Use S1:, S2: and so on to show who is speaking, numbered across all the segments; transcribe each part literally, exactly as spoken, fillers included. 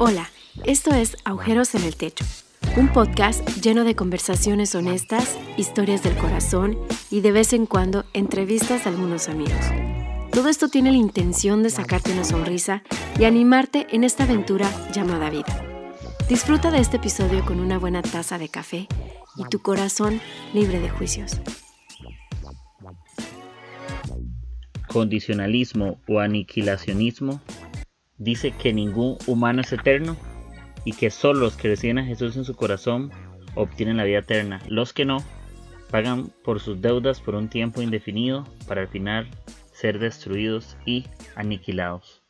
S1: Hola, esto es Agujeros en el Techo, un podcast lleno de conversaciones honestas, historias del corazón y de vez en cuando entrevistas a algunos amigos. Todo esto tiene la intención de sacarte una sonrisa y animarte en esta aventura llamada vida. Disfruta de este episodio con una buena taza de café y tu corazón libre de juicios.
S2: Condicionalismo o aniquilacionismo dice que ningún humano es eterno y que solo los que reciben a Jesús en su corazón obtienen la vida eterna. Los que no pagan por sus deudas por un tiempo indefinido para al final ser destruidos y aniquilados.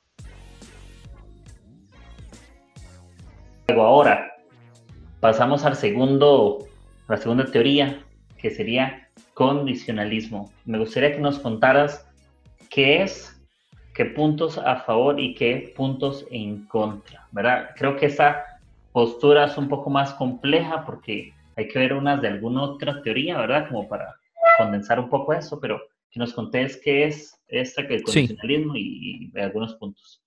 S2: Luego ahora pasamos al segundo, a la segunda teoría, que sería condicionalismo. Me gustaría que nos contaras qué es, qué puntos a favor y qué puntos en contra, ¿verdad? Creo que esa postura es un poco más compleja porque hay que ver unas de alguna otra teoría, ¿verdad? Como para condensar un poco eso, pero que nos contés qué es esta, que el condicionalismo, sí, y, y algunos puntos.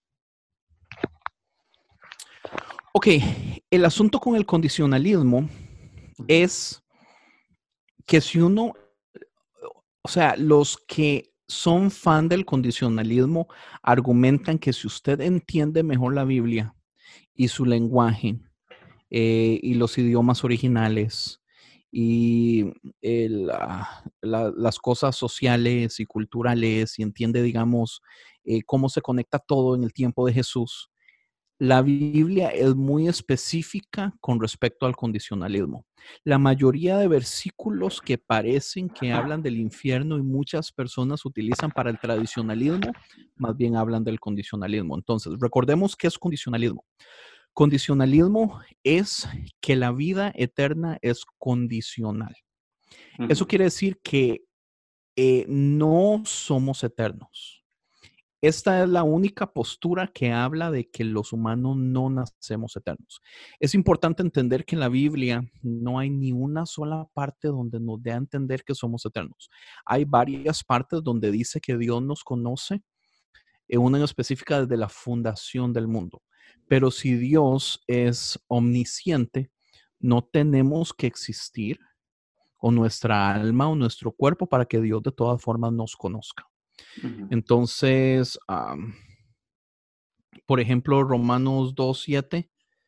S3: Ok, el asunto con el condicionalismo uh-huh. es que si uno, o sea, los que son fan del condicionalismo argumentan que si usted entiende mejor la Biblia y su lenguaje eh, y los idiomas originales y el, uh, la, las cosas sociales y culturales y entiende, digamos, eh, cómo se conecta todo en el tiempo de Jesús, la Biblia es muy específica con respecto al condicionalismo. La mayoría de versículos que parecen que hablan del infierno y muchas personas utilizan para el tradicionalismo, más bien hablan del condicionalismo. Entonces, recordemos qué es condicionalismo. Condicionalismo es que la vida eterna es condicional. Uh-huh. Eso quiere decir que eh, no somos eternos. Esta es la única postura que habla de que los humanos no nacemos eternos. Es importante entender que en la Biblia no hay ni una sola parte donde nos dé a entender que somos eternos. Hay varias partes donde dice que Dios nos conoce, en una en específica desde la fundación del mundo. Pero si Dios es omnisciente, no tenemos que existir o nuestra alma o nuestro cuerpo para que Dios de todas formas nos conozca. Uh-huh. Entonces, um, por ejemplo, Romanos dos siete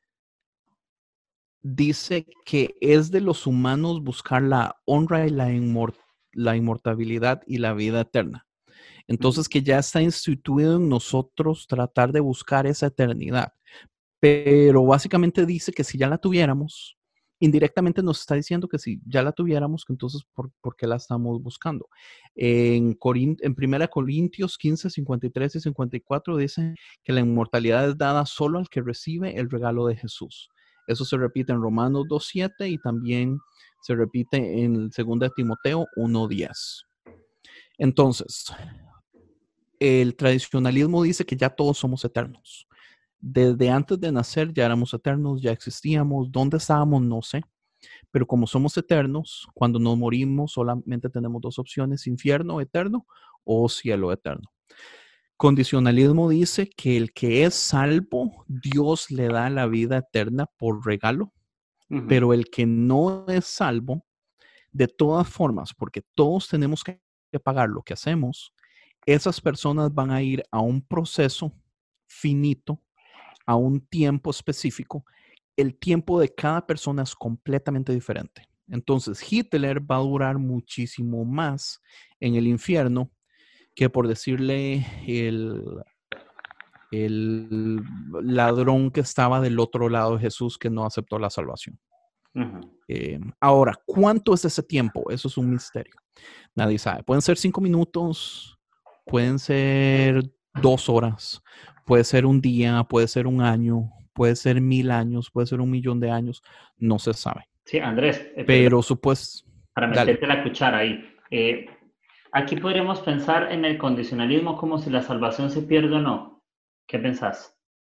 S3: dice que es de los humanos buscar la honra y la, inmort- la inmortalidad y la vida eterna. Entonces, uh-huh. que ya está instituido en nosotros tratar de buscar esa eternidad. Pero básicamente dice que si ya la tuviéramos, indirectamente nos está diciendo que si ya la tuviéramos, entonces, ¿por, por qué la estamos buscando? En, Corint, en primera Corintios quince, cincuenta y tres y cincuenta y cuatro dice que la inmortalidad es dada solo al que recibe el regalo de Jesús. Eso se repite en Romanos dos siete y también se repite en segunda Timoteo uno diez. Entonces, el tradicionalismo dice que ya todos somos eternos. Desde antes de nacer ya éramos eternos, ya existíamos. ¿Dónde estábamos? No sé. Pero como somos eternos, cuando nos morimos solamente tenemos dos opciones: infierno eterno o cielo eterno. Condicionalismo dice que el que es salvo, Dios le da la vida eterna por regalo. Uh-huh. Pero el que no es salvo, de todas formas, porque todos tenemos que pagar lo que hacemos, esas personas van a ir a un proceso finito, a un tiempo específico. El tiempo de cada persona es completamente diferente. Entonces, Hitler va a durar muchísimo más en el infierno que, por decirle, el, el ladrón que estaba del otro lado de Jesús que no aceptó la salvación. Uh-huh. Eh, ahora, ¿cuánto es ese tiempo? Eso es un misterio. Nadie sabe. Pueden ser cinco minutos, pueden ser dos horas, puede ser un día, puede ser un año, puede ser mil años, puede ser un millón de años, no se sabe.
S2: Sí, Andrés.
S3: Eh, pero supuesto.
S2: Para meterte dale. la cuchara ahí. Eh, aquí podríamos pensar en el condicionalismo como si la salvación se pierde o no. ¿Qué pensás?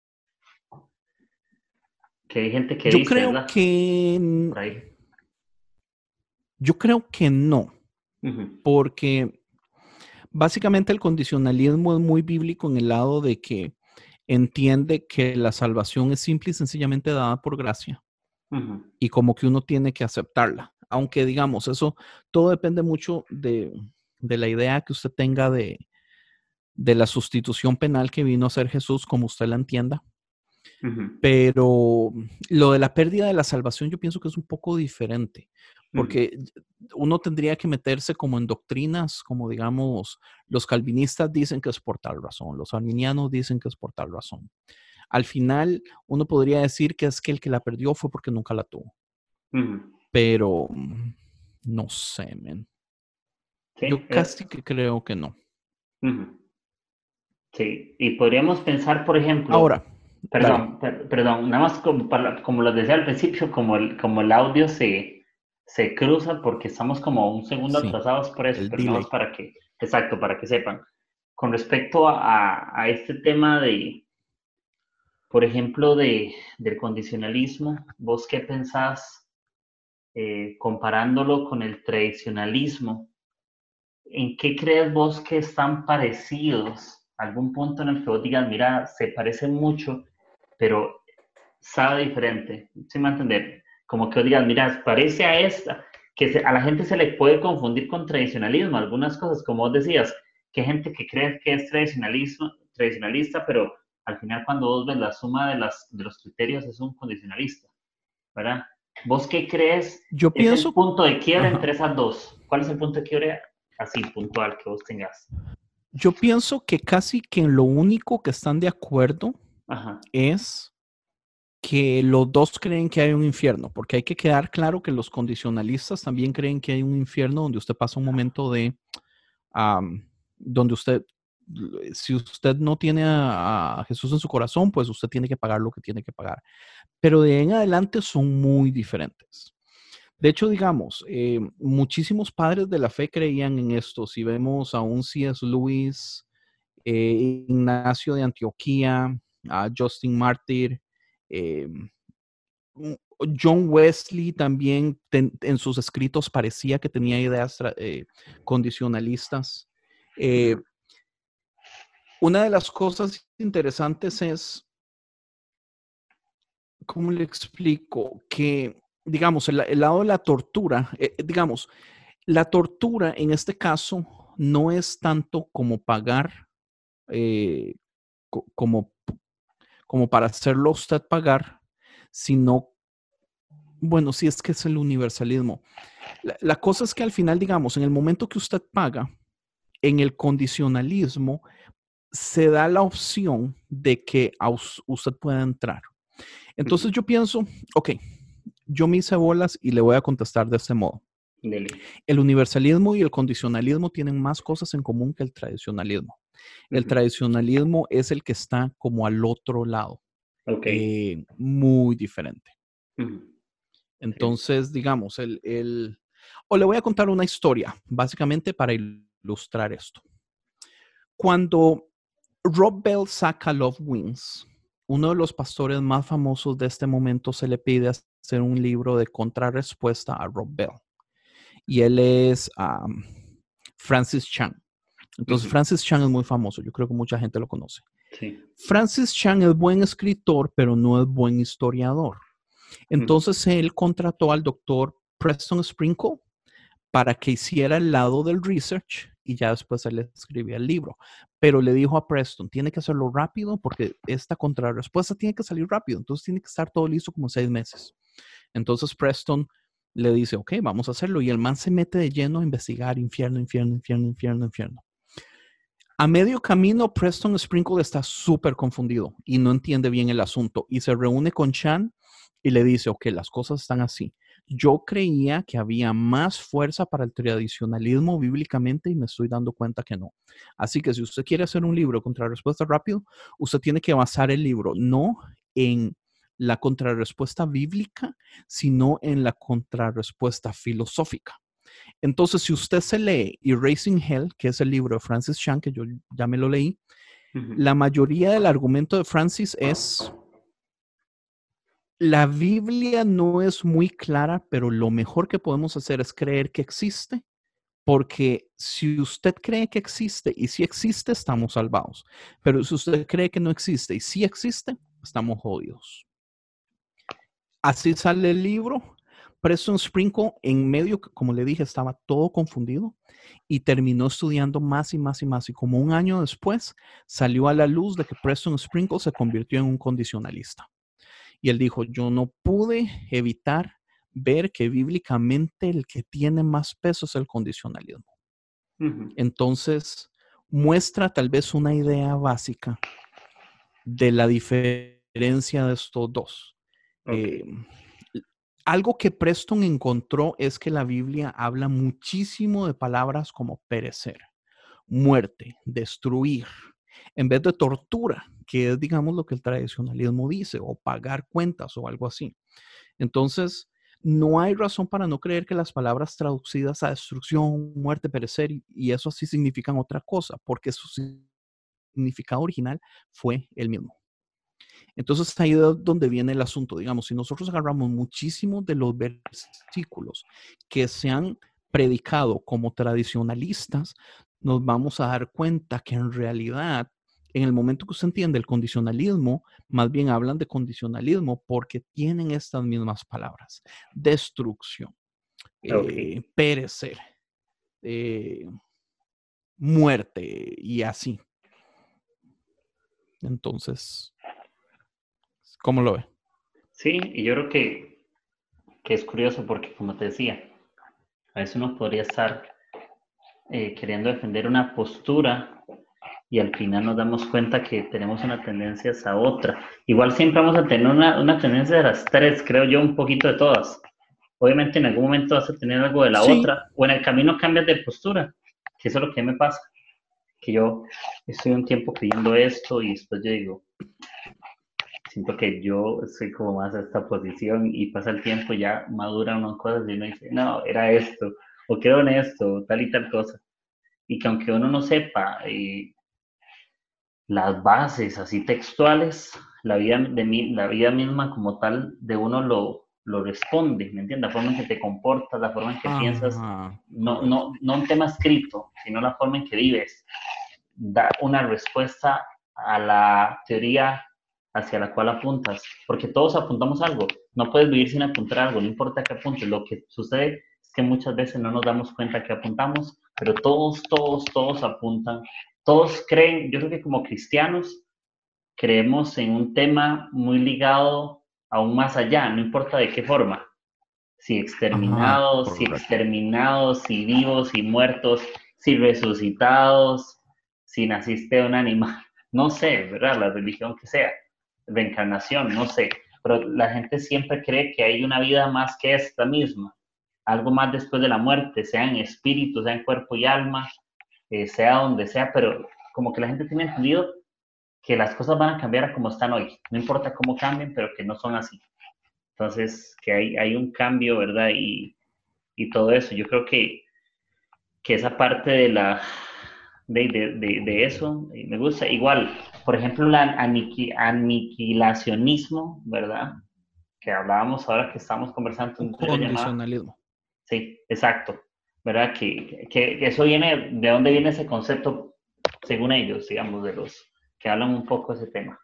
S2: Que hay gente que
S3: yo
S2: dice,
S3: creo
S2: ¿verdad?
S3: que
S2: Por ahí.
S3: Yo creo que no. Uh-huh. Porque básicamente el condicionalismo es muy bíblico en el lado de que entiende que la salvación es simple y sencillamente dada por gracia. Uh-huh. Y como que uno tiene que aceptarla. Aunque digamos, eso todo depende mucho de, de la idea que usted tenga de, de la sustitución penal que vino a hacer Jesús, como usted la entienda. Uh-huh. Pero lo de la pérdida de la salvación yo pienso que es un poco diferente. Porque uh-huh. uno tendría que meterse como en doctrinas, como digamos, los calvinistas dicen que es por tal razón, los arminianos dicen que es por tal razón. Al final, uno podría decir que es que el que la perdió fue porque nunca la tuvo. Uh-huh. Pero, no sé, man. Sí, yo casi es... que creo que no.
S2: Uh-huh. Sí, y podríamos pensar, por ejemplo...
S3: Ahora,
S2: Perdón, per, perdón, nada más como, para, como lo decía al principio, como el, como el audio se, se cruza porque estamos como un segundo sí, atrasados por eso, pero nada más para que, exacto, para que sepan. Con respecto a, a este tema de, por ejemplo, de, del condicionalismo, ¿vos qué pensás eh, comparándolo con el tradicionalismo? ¿En qué crees vos que están parecidos? ¿Algún punto en el que vos digas, mira, se parecen mucho, pero sabe diferente? ¿Sí me entender? Como que digas, mira, parece a esta, que se, a la gente se le puede confundir con tradicionalismo, algunas cosas, como vos decías, que hay gente que cree que es tradicionalismo, tradicionalista, pero al final cuando vos ves la suma de, las, de los criterios es un condicionalista, ¿verdad? ¿Vos qué crees?
S3: Yo
S2: es
S3: pienso...
S2: el punto de quiebra Ajá. entre esas dos. ¿Cuál es el punto de quiebra así puntual que vos tengas?
S3: Yo pienso que casi que en lo único que están de acuerdo Ajá. es que los dos creen que hay un infierno, porque hay que quedar claro que los condicionalistas también creen que hay un infierno donde usted pasa un momento de, um, donde usted, si usted no tiene a, a Jesús en su corazón, pues usted tiene que pagar lo que tiene que pagar. Pero de ahí en adelante son muy diferentes. De hecho, digamos, eh, muchísimos padres de la fe creían en esto. Si vemos a un C S Lewis, eh, Ignacio de Antioquía, a Justin Martyr, eh, John Wesley también ten, en sus escritos parecía que tenía ideas eh, condicionalistas. Eh, una de las cosas interesantes es, ¿cómo le explico? Que, digamos, el, el lado de la tortura, eh, digamos, la tortura en este caso no es tanto como pagar, eh, co como, como para hacerlo usted pagar, sino, bueno, sí es que es el universalismo. La, la cosa es que al final, digamos, en el momento que usted paga, en el condicionalismo, se da la opción de que us, usted pueda entrar. Entonces yo pienso, ok, yo me hice bolas y le voy a contestar de este modo.
S2: Dele.
S3: El universalismo y el condicionalismo tienen más cosas en común que el tradicionalismo. El uh-huh. tradicionalismo es el que está como al otro lado.
S2: Okay.
S3: Eh, muy diferente.
S2: Uh-huh.
S3: Entonces, sí. digamos, el, el... O le voy a contar una historia, básicamente para ilustrar esto. Cuando Rob Bell saca Love Wins, uno de los pastores más famosos de este momento se le pide hacer un libro de contrarrespuesta a Rob Bell. Y él es um, Francis Chan. Entonces, uh-huh. Francis Chan es muy famoso. Yo creo que mucha gente lo conoce.
S2: Sí.
S3: Francis Chan es buen escritor, pero no es buen historiador. Entonces, uh-huh. él contrató al doctor Preston Sprinkle para que hiciera el lado del research y ya después él escribía el libro. Pero le dijo a Preston, tiene que hacerlo rápido porque esta contrarrespuesta tiene que salir rápido. Entonces, tiene que estar todo listo como seis meses. Entonces, Preston le dice, ok, vamos a hacerlo. Y el man se mete de lleno a investigar infierno, infierno, infierno, infierno, infierno. A medio camino, Preston Sprinkle está súper confundido y no entiende bien el asunto. Y se reúne con Chan y le dice, ok, las cosas están así. Yo creía que había más fuerza para el tradicionalismo bíblicamente y me estoy dando cuenta que no. Así que si usted quiere hacer un libro contra respuesta rápido, usted tiene que basar el libro no en la contrarrespuesta bíblica, sino en la contrarrespuesta filosófica. Entonces, si usted se lee Erasing Hell, que es el libro de Francis Chan, que yo ya me lo leí, uh-huh. la mayoría del argumento de Francis es, la Biblia no es muy clara, pero lo mejor que podemos hacer es creer que existe, Porque si usted cree que existe y si existe, estamos salvados. Pero si usted cree que no existe y si existe, estamos jodidos. Así sale el libro. Preston Sprinkle en medio, como le dije, estaba todo confundido y terminó estudiando más y más y más. Y como un año después salió a la luz de que Preston Sprinkle se convirtió en un condicionalista. Y él dijo, yo no pude evitar ver que bíblicamente el que tiene más peso es el condicionalismo. Uh-huh. Entonces, muestra tal vez una idea básica de la diferencia de estos dos. Okay. Eh, algo que Preston encontró es que la Biblia habla muchísimo de palabras como perecer, muerte, destruir, en vez de tortura, que es, digamos, lo que el tradicionalismo dice, o pagar cuentas o algo así. Entonces, no hay razón para no creer que las palabras traducidas a destrucción, muerte, perecer, y eso sí significan otra cosa, porque su significado original fue el mismo. Entonces, ahí es donde viene el asunto. Digamos, si nosotros agarramos muchísimos de los versículos que se han predicado como tradicionalistas, nos vamos a dar cuenta que en realidad, en el momento que usted entiende el condicionalismo, más bien hablan de condicionalismo porque tienen estas mismas palabras. Destrucción, okay. eh, perecer, eh, muerte y así. Entonces, ¿cómo lo ve?
S2: Sí, y yo creo que, que es curioso porque, como te decía, a veces uno podría estar eh, queriendo defender una postura y al final nos damos cuenta que tenemos una tendencia a otra. Igual siempre vamos a tener una, una tendencia de las tres, creo yo, un poquito de todas. Obviamente en algún momento vas a tener algo de la sí. otra, o en el camino cambias de postura, que eso es lo que me pasa, que yo estoy un tiempo creyendo esto y después yo digo, siento que yo soy como más a esta posición y pasa el tiempo y ya maduran unas cosas y uno dice, no, era esto, o quedó en esto, tal y tal cosa. Y que aunque uno no sepa eh, las bases así textuales, la vida, de mí, la vida misma como tal de uno lo, lo responde, ¿me entiendes? La forma en que te comportas, la forma en que ah, piensas, no, no, no un tema escrito, sino la forma en que vives, da una respuesta a la teoría hacia la cual apuntas, porque todos apuntamos algo, no puedes vivir sin apuntar algo, no importa qué apuntes, lo que sucede es que muchas veces no nos damos cuenta que apuntamos, pero todos, todos, todos apuntan, todos creen, yo creo que como cristianos creemos en un tema muy ligado aún más allá, no importa de qué forma, si exterminados, Ajá, si exterminados, si vivos, si muertos, si resucitados, si naciste de un animal, no sé, ¿verdad? La religión que sea, reencarnación, no sé, pero la gente siempre cree que hay una vida más que esta misma, algo más después de la muerte, sea en espíritu, sea en cuerpo y alma, eh, sea donde sea, pero como que la gente tiene entendido que las cosas van a cambiar a como están hoy, no importa cómo cambien, pero que no son así. Entonces, que hay, hay un cambio, ¿verdad? Y, y todo eso, yo creo que, que esa parte de la... De, de, de, de eso, me gusta. Igual, por ejemplo, el aniqui, aniquilacionismo, ¿verdad? Que hablábamos ahora que estamos conversando.
S3: Un condicionalismo.
S2: Sí, exacto. ¿Verdad? Que, que, que eso viene, ¿de dónde viene ese concepto, según ellos, digamos, de los que hablan un poco de ese tema?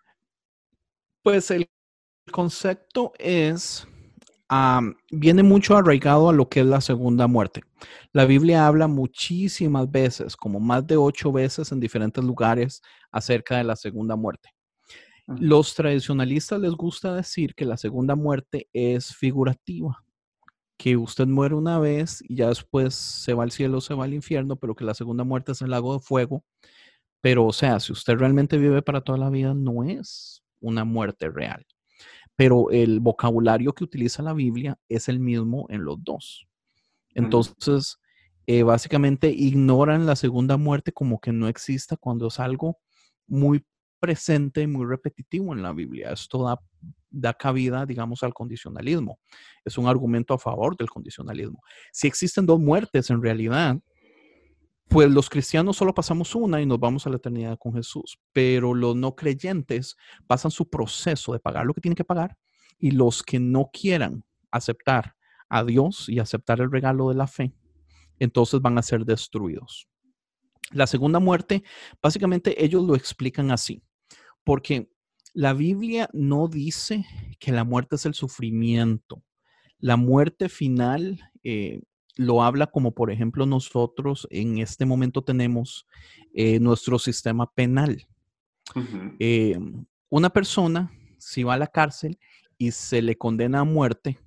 S3: Pues el concepto es... Um, viene mucho arraigado a lo que es la segunda muerte. La Biblia habla muchísimas veces, como más de ocho veces en diferentes lugares, acerca de la segunda muerte. Uh-huh. Los tradicionalistas les gusta decir que la segunda muerte es figurativa, que usted muere una vez y ya después se va al cielo, se va al infierno, pero que la segunda muerte es el lago de fuego. Pero, o sea, si usted realmente vive para toda la vida, no es una muerte real. Pero el vocabulario que utiliza la Biblia es el mismo en los dos. Entonces, eh, básicamente ignoran la segunda muerte como que no exista cuando es algo muy presente y muy repetitivo en la Biblia. Esto da, da cabida, digamos, al condicionalismo. Es un argumento a favor del condicionalismo. Si existen dos muertes en realidad, pues los cristianos solo pasamos una y nos vamos a la eternidad con Jesús, pero los no creyentes pasan su proceso de pagar lo que tienen que pagar y los que no quieran aceptar a Dios y aceptar el regalo de la fe entonces van a ser destruidos. La segunda muerte, básicamente ellos lo explican así, porque la Biblia no dice que la muerte es el sufrimiento. La muerte final eh, lo habla como, por ejemplo, nosotros en este momento tenemos eh, nuestro sistema penal.
S2: Ujú.
S3: Eh, una persona, si va a la cárcel y se le condena a muerte,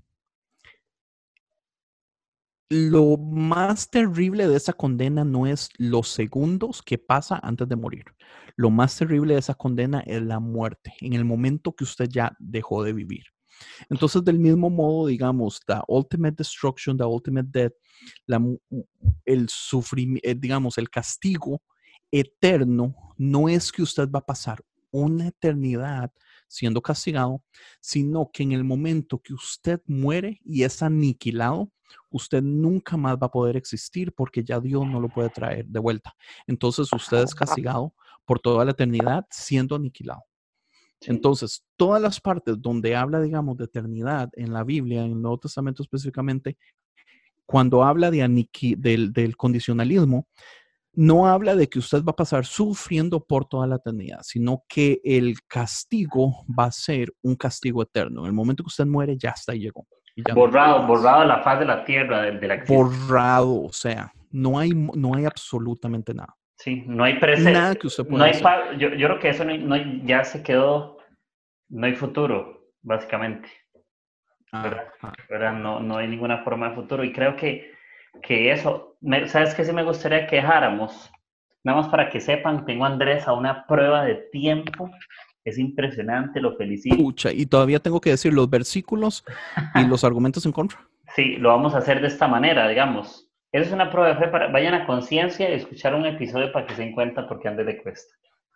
S3: lo más terrible de esa condena no es los segundos que pasa antes de morir. Lo más terrible de esa condena es la muerte, en el momento que usted ya dejó de vivir. Entonces, del mismo modo, digamos, the ultimate destruction, the ultimate death, la, el sufrimiento, digamos, el castigo eterno no es que usted va a pasar una eternidad siendo castigado, sino que en el momento que usted muere y es aniquilado, usted nunca más va a poder existir porque ya Dios no lo puede traer de vuelta. Entonces, usted es castigado por toda la eternidad siendo aniquilado.
S2: Sí.
S3: Entonces, todas las partes donde habla, digamos, de eternidad en la Biblia, en el Nuevo Testamento específicamente, cuando habla de aniqui, del, del condicionalismo, no habla de que usted va a pasar sufriendo por toda la eternidad, sino que el castigo va a ser un castigo eterno. En el momento que usted muere, ya hasta ahí llegó. Y ya
S2: Borrado,
S3: no
S2: borrado de la faz de la tierra, de, de la existencia.
S3: borrado, o sea, no hay, no hay absolutamente nada.
S2: Sí, no hay presente,
S3: Nada que usted
S2: no
S3: pueda
S2: hay,
S3: hacer.
S2: pa- yo, yo creo que eso no, hay- no hay- ya se quedó, no hay futuro, básicamente, ¿verdad?
S3: Ajá.
S2: ¿Verdad? No, no hay ninguna forma de futuro y creo que, que eso, me- ¿sabes qué? Sí me gustaría que dejáramos, nada más para que sepan, tengo a Andrés a una prueba de tiempo, es impresionante, lo felicito.
S3: Pucha, y todavía tengo que decir los versículos y los argumentos en contra.
S2: Sí, lo vamos a hacer de esta manera, digamos. Esa es una prueba de fe para, vayan a Conciencia y escuchar un episodio para que se den cuenta por qué a Andrés le cuesta.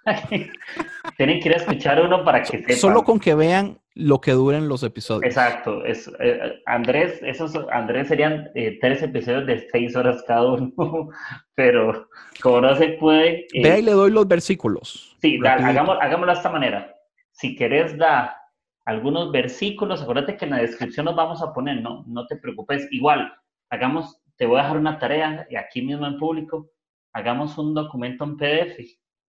S2: Tienen que ir a escuchar uno para
S3: So-
S2: que
S3: solo
S2: sepan.
S3: con que vean lo que duren los episodios.
S2: Exacto, es, eh, Andrés, esos Andrés serían eh, tres episodios de seis horas cada uno, pero como no se puede,
S3: Vea y
S2: eh,
S3: le doy los versículos,
S2: sí, da, hagamos,
S3: rapidito.
S2: hagámoslo de esta manera. Si querés da algunos versículos, acuérdate que en la descripción los vamos a poner, ¿no? No te preocupes. Igual, hagamos, te voy a dejar una tarea y aquí mismo en público, hagamos un documento en P D F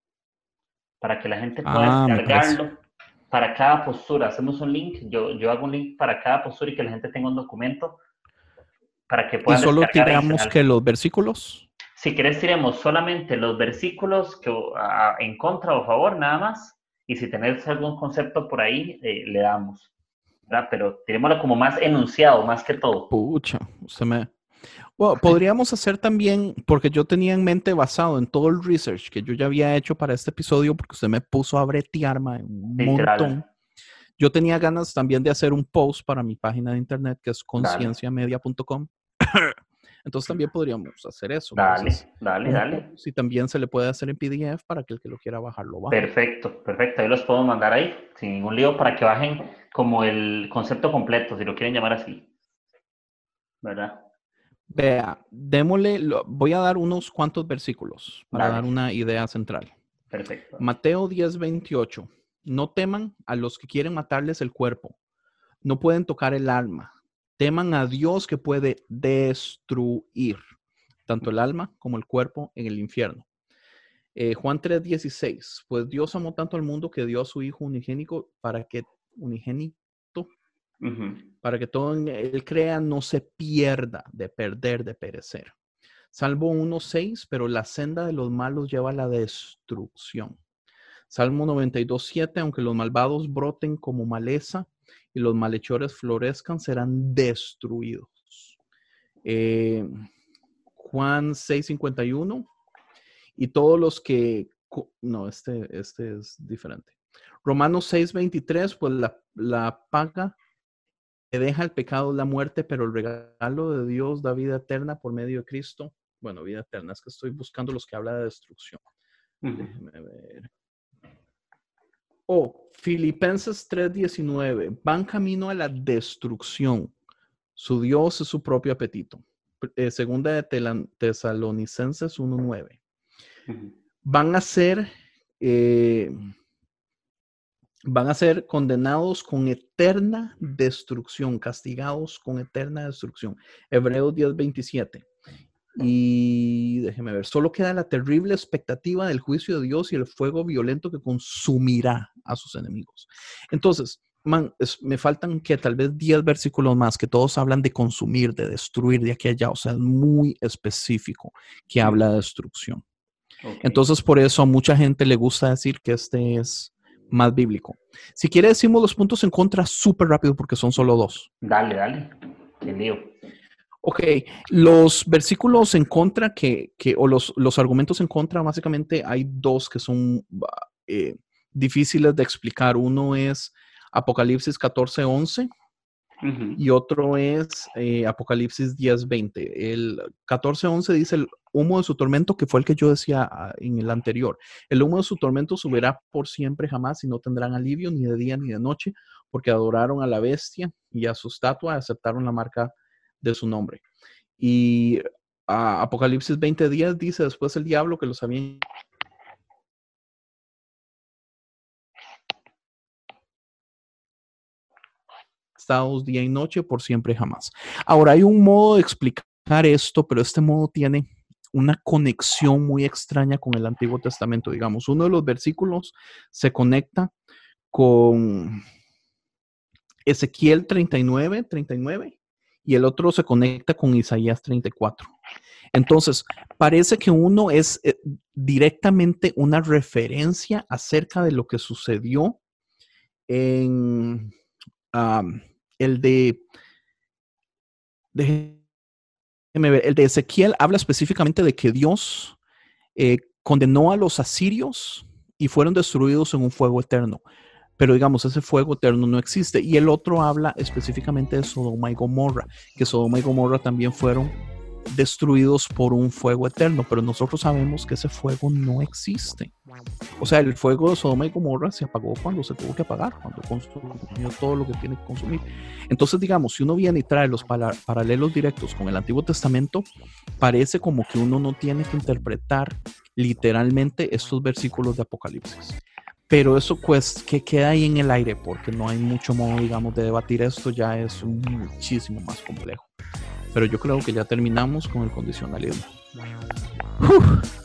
S2: para que la gente pueda
S3: Ah, me parece.
S2: descargarlo para cada postura. Hacemos un link, yo, yo hago un link para cada postura y que la gente tenga un documento para que
S3: Y
S2: puedan
S3: solo
S2: descargar
S3: tiramos
S2: adicional.
S3: que los versículos.
S2: Si querés, tiremos solamente los versículos que, uh, en contra o a favor, nada más. Y si tenés algún concepto por ahí, eh, le damos. ¿Verdad? Pero tirémoslo como más enunciado, más que todo.
S3: Pucha, usted me... Bueno, podríamos hacer también, porque yo tenía en mente basado en todo el research que yo ya había hecho para este episodio, porque usted me puso a bretearme un montón.
S2: Literal.
S3: Yo tenía ganas también de hacer un post para mi página de internet, que es
S2: Dale,
S3: concienciamedia punto com. Entonces también podríamos hacer eso. Entonces,
S2: dale, dale,
S3: un
S2: dale.
S3: post y también se le puede hacer en P D F para que el que lo quiera bajar lo baje.
S2: Perfecto, perfecto. Ahí los puedo mandar ahí, sin ningún lío, para que bajen como el concepto completo, si lo quieren llamar así. ¿Verdad?
S3: Vea, démosle, lo- voy a dar unos cuantos versículos para
S2: Dale.
S3: dar una idea central.
S2: Perfecto.
S3: Mateo diez veintiocho. No teman a los que quieren matarles el cuerpo. No pueden tocar el alma. Teman a Dios que puede destruir tanto el alma como el cuerpo en el infierno. Eh, Juan tres dieciséis. Pues Dios amó tanto al mundo que dio a su Hijo unigénico para que, unigénito,
S2: Uh-huh.
S3: para que todo en él crea no se pierda, de perder, de perecer. Salmo uno seis, pero la senda de los malos lleva a la destrucción. Salmo noventa y dos siete, aunque los malvados broten como maleza y los malhechores florezcan, serán destruidos. Eh, Juan seis cincuenta y uno, y todos los que... No, este, este es diferente. Romanos seis veintitrés, pues la, la paga que deja el pecado es la muerte, pero el regalo de Dios da vida eterna por medio de Cristo. Bueno, vida eterna, es que estoy buscando los que habla de destrucción. Uh-huh. Déjeme ver. Oh, Filipenses tres diecinueve, van camino a la destrucción. Su Dios es su propio apetito. Eh, segunda de Tesalonicenses uno nueve. Uh-huh. Van a ser... Eh, van a ser condenados con eterna destrucción, castigados con eterna destrucción. Hebreos diez veintisiete. Y déjeme ver, solo queda la terrible expectativa del juicio de Dios y el fuego violento que consumirá a sus enemigos. Entonces, man, es, me faltan que tal vez diez versículos más que todos hablan de consumir, de destruir, de aquí a allá. O sea, es muy específico que habla de destrucción. Okay. Entonces, por eso a mucha gente le gusta decir que este es más bíblico. Si quiere, decimos los puntos en contra súper rápido porque son solo dos.
S2: Dale, dale. Qué lío.
S3: Ok, los versículos en contra que, que o los, los argumentos en contra, básicamente hay dos que son eh, difíciles de explicar. Uno es Apocalipsis catorce once uh-huh. y otro es eh, Apocalipsis diez veinte. El catorce once dice el humo de su tormento, que fue el que yo decía en el anterior. El humo de su tormento subirá por siempre jamás y no tendrán alivio ni de día ni de noche, porque adoraron a la bestia y a su estatua, aceptaron la marca de su nombre. Y uh, Apocalipsis veinte días dice después el diablo que los había estados día y noche por siempre jamás. Ahora hay un modo de explicar esto, pero este modo tiene una conexión muy extraña con el Antiguo Testamento. Digamos, uno de los versículos se conecta con Ezequiel treinta y nueve, treinta y nueve y el otro se conecta con Isaías treinta y cuatro. Entonces, parece que uno es eh, directamente una referencia acerca de lo que sucedió en um, el de, de el de Ezequiel habla específicamente de que Dios eh, condenó a los asirios y fueron destruidos en un fuego eterno. Pero digamos, ese fuego eterno no existe. Y el otro habla específicamente de Sodoma y Gomorra, que Sodoma y Gomorra también fueron destruidos por un fuego eterno, pero nosotros sabemos que ese fuego no existe. O sea, el fuego de Sodoma y Gomorra se apagó cuando se tuvo que apagar, cuando consumió todo lo que tiene que consumir. Entonces, digamos, si uno viene y trae los para- paralelos directos con el Antiguo Testamento, parece como que uno no tiene que interpretar literalmente estos versículos de Apocalipsis. Pero eso pues que queda ahí en el aire porque no hay mucho modo, digamos, de debatir esto, ya es muchísimo más complejo. Pero yo creo que ya terminamos con el condicionalismo. Uf.